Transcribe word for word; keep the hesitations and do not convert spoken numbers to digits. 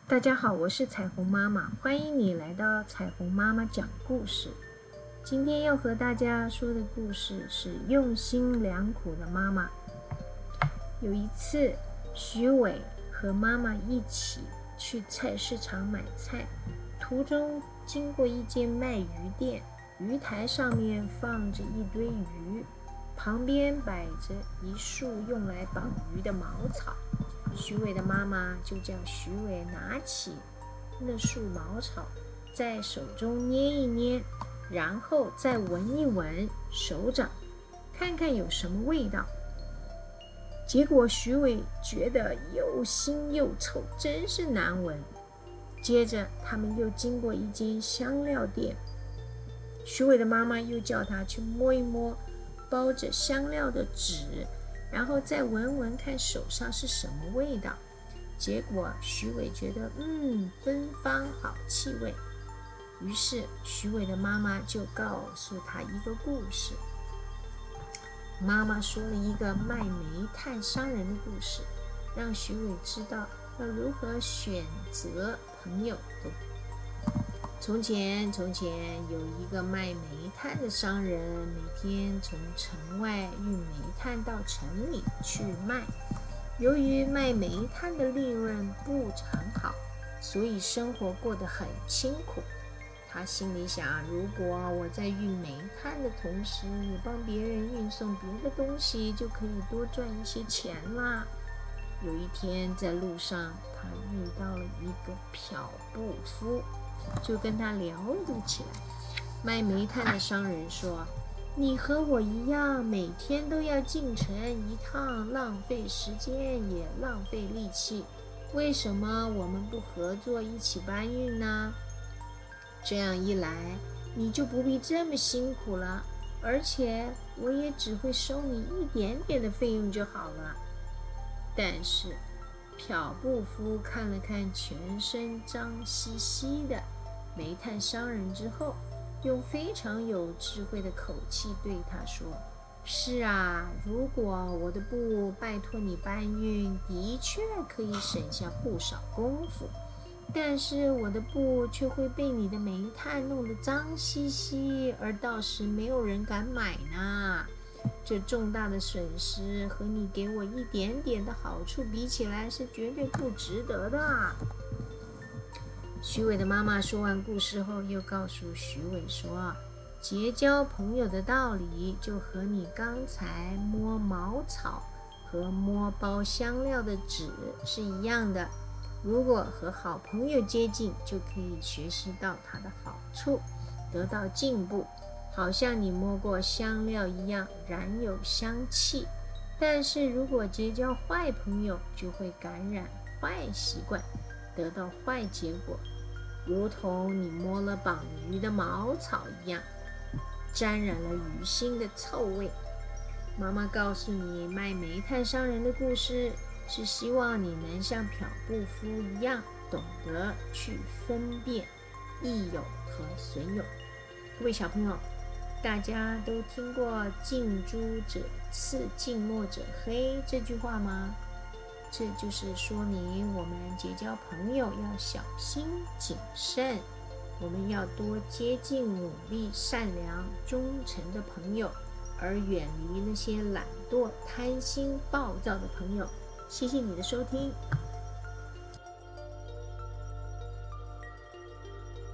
大家好，我是彩虹妈妈，欢迎你来到彩虹妈妈讲故事。今天要和大家说的故事是用心良苦的妈妈。有一次，徐伟和妈妈一起去菜市场买菜，途中经过一间卖鱼店，鱼台上面放着一堆鱼，旁边摆着一束用来绑鱼的茅草。徐伟的妈妈就叫徐伟拿起那束茅草，在手中捏一捏，然后再闻一闻手掌，看看有什么味道。结果徐伟觉得又腥又臭，真是难闻。接着他们又经过一间香料店，徐伟的妈妈又叫他去摸一摸包着香料的纸，然后再闻闻看手上是什么味道。结果徐伟觉得嗯，芬芳好气味。于是徐伟的妈妈就告诉他一个故事。妈妈说了一个卖煤炭商人的故事，让徐伟知道要如何选择朋友的。从前从前有一个卖煤炭的商人，每天从城外运煤炭到城里去卖。由于卖煤炭的利润不常好，所以生活过得很辛苦。他心里想，如果我在运煤炭的同时也帮别人运送别的东西，就可以多赚一些钱啦。有一天在路上，他遇到了一个漂布夫，就跟他聊了起来。卖煤炭的商人说，你和我一样，每天都要进城一趟，浪费时间也浪费力气，为什么我们不合作一起搬运呢？这样一来，你就不必这么辛苦了，而且我也只会收你一点点的费用就好了。但是漂布夫看了看全身脏兮兮的煤炭商人之后，用非常有智慧的口气对他说，是啊，如果我的布拜托你搬运，的确可以省下不少功夫，但是我的布却会被你的煤炭弄得脏兮兮，而到时没有人敢买呢。这重大的损失和你给我一点点的好处比起来，是绝对不值得的。徐伟的妈妈说完故事后，又告诉徐伟说，结交朋友的道理就和你刚才摸茅草和摸包香料的纸是一样的。如果和好朋友接近，就可以学习到他的好处，得到进步，好像你摸过香料一样染有香气。但是如果结交坏朋友，就会感染坏习惯，得到坏结果，如同你摸了绑鱼的茅草一样，沾染了鱼腥的臭味。妈妈告诉你卖煤炭商人的故事，是希望你能像漂布夫一样，懂得去分辨益友和损友。各位小朋友，大家都听过近朱者赤，近墨者黑这句话吗？这就是说明我们结交朋友要小心谨慎，我们要多接近努力、善良、忠诚的朋友，而远离那些懒惰、贪心、暴躁的朋友。谢谢你的收听。